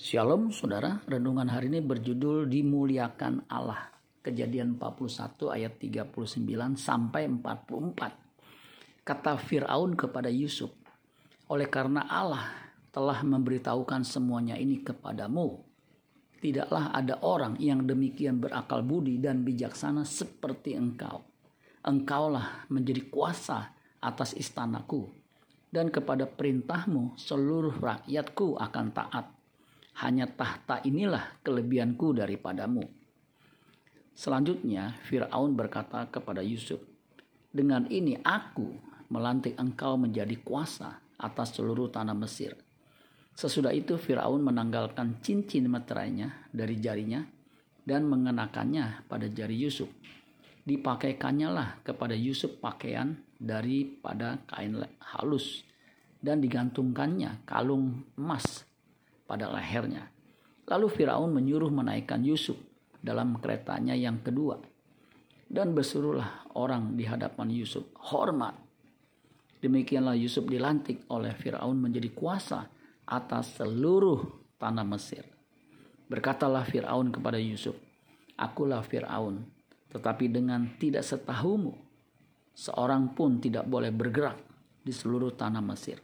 Shalom saudara, renungan hari ini berjudul Dimuliakan Allah. Kejadian 41 ayat 39 sampai 44. Kata Fir'aun kepada Yusuf, oleh karena Allah telah memberitahukan semuanya ini kepadamu, tidaklah ada orang yang demikian berakal budi dan bijaksana seperti engkau. Engkaulah menjadi kuasa atas istanaku, dan kepada perintahmu seluruh rakyatku akan taat. Hanya tahta inilah kelebihanku daripadamu. Selanjutnya Fir'aun berkata kepada Yusuf, dengan ini aku melantik engkau menjadi kuasa atas seluruh tanah Mesir. Sesudah itu Fir'aun menanggalkan cincin meterainya dari jarinya dan mengenakannya pada jari Yusuf. Dipakaikannya lah kepada Yusuf pakaian daripada kain halus dan digantungkannya kalung emas pada lehernya. Lalu Firaun menyuruh menaikkan Yusuf dalam keretanya yang kedua, dan berserulah orang di hadapan Yusuf, hormat. Demikianlah Yusuf dilantik oleh Firaun menjadi kuasa atas seluruh tanah Mesir. Berkatalah Firaun kepada Yusuf, akulah Firaun, tetapi dengan tidak setahumu seorang pun tidak boleh bergerak di seluruh tanah Mesir.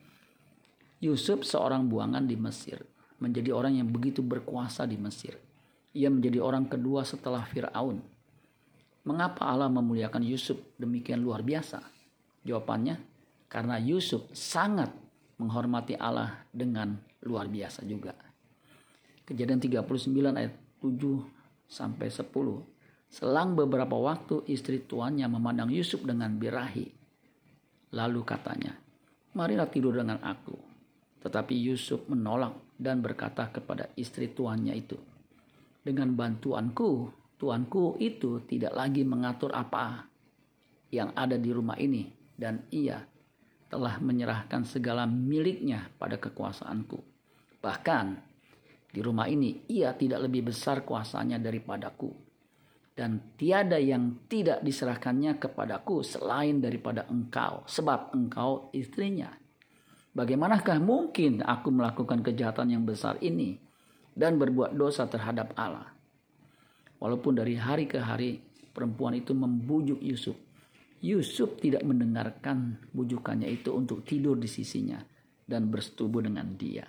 Yusuf seorang buangan di Mesir, menjadi orang yang begitu berkuasa di Mesir. Ia menjadi orang kedua setelah Fir'aun. Mengapa Allah memuliakan Yusuf demikian luar biasa? Jawabannya, karena Yusuf sangat menghormati Allah dengan luar biasa juga. Kejadian 39 ayat 7 sampai 10. Selang beberapa waktu istri tuannya memandang Yusuf dengan birahi. Lalu katanya, marilah tidur dengan aku. Tetapi Yusuf menolak dan berkata kepada istri tuannya itu, dengan bantuanku, tuanku itu tidak lagi mengatur apa yang ada di rumah ini, dan ia telah menyerahkan segala miliknya pada kekuasaanku. Bahkan di rumah ini ia tidak lebih besar kuasanya daripadaku, dan tiada yang tidak diserahkannya kepadaku selain daripada engkau, sebab engkau istrinya. Bagaimanakah mungkin aku melakukan kejahatan yang besar ini dan berbuat dosa terhadap Allah? Walaupun dari hari ke hari perempuan itu membujuk Yusuf, Yusuf tidak mendengarkan bujukannya itu untuk tidur di sisinya dan bersetubuh dengan dia.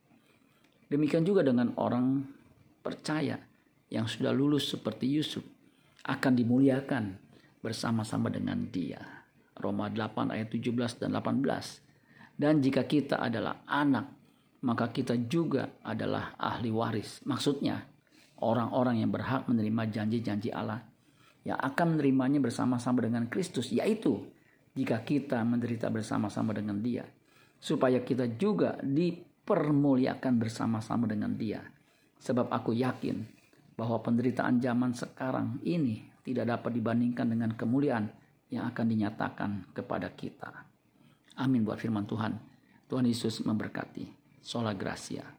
Demikian juga dengan orang percaya yang sudah lulus seperti Yusuf akan dimuliakan bersama-sama dengan dia. Roma 8 ayat 17 dan 18. Dan jika kita adalah anak, maka kita juga adalah ahli waris. Maksudnya, orang-orang yang berhak menerima janji-janji Allah, yang akan menerimanya bersama-sama dengan Kristus, yaitu jika kita menderita bersama-sama dengan Dia, supaya kita juga dipermuliakan bersama-sama dengan Dia. Sebab aku yakin bahwa penderitaan zaman sekarang ini tidak dapat dibandingkan dengan kemuliaan yang akan dinyatakan kepada kita. Amin buat firman Tuhan. Tuhan Yesus memberkati. Sola Gracia.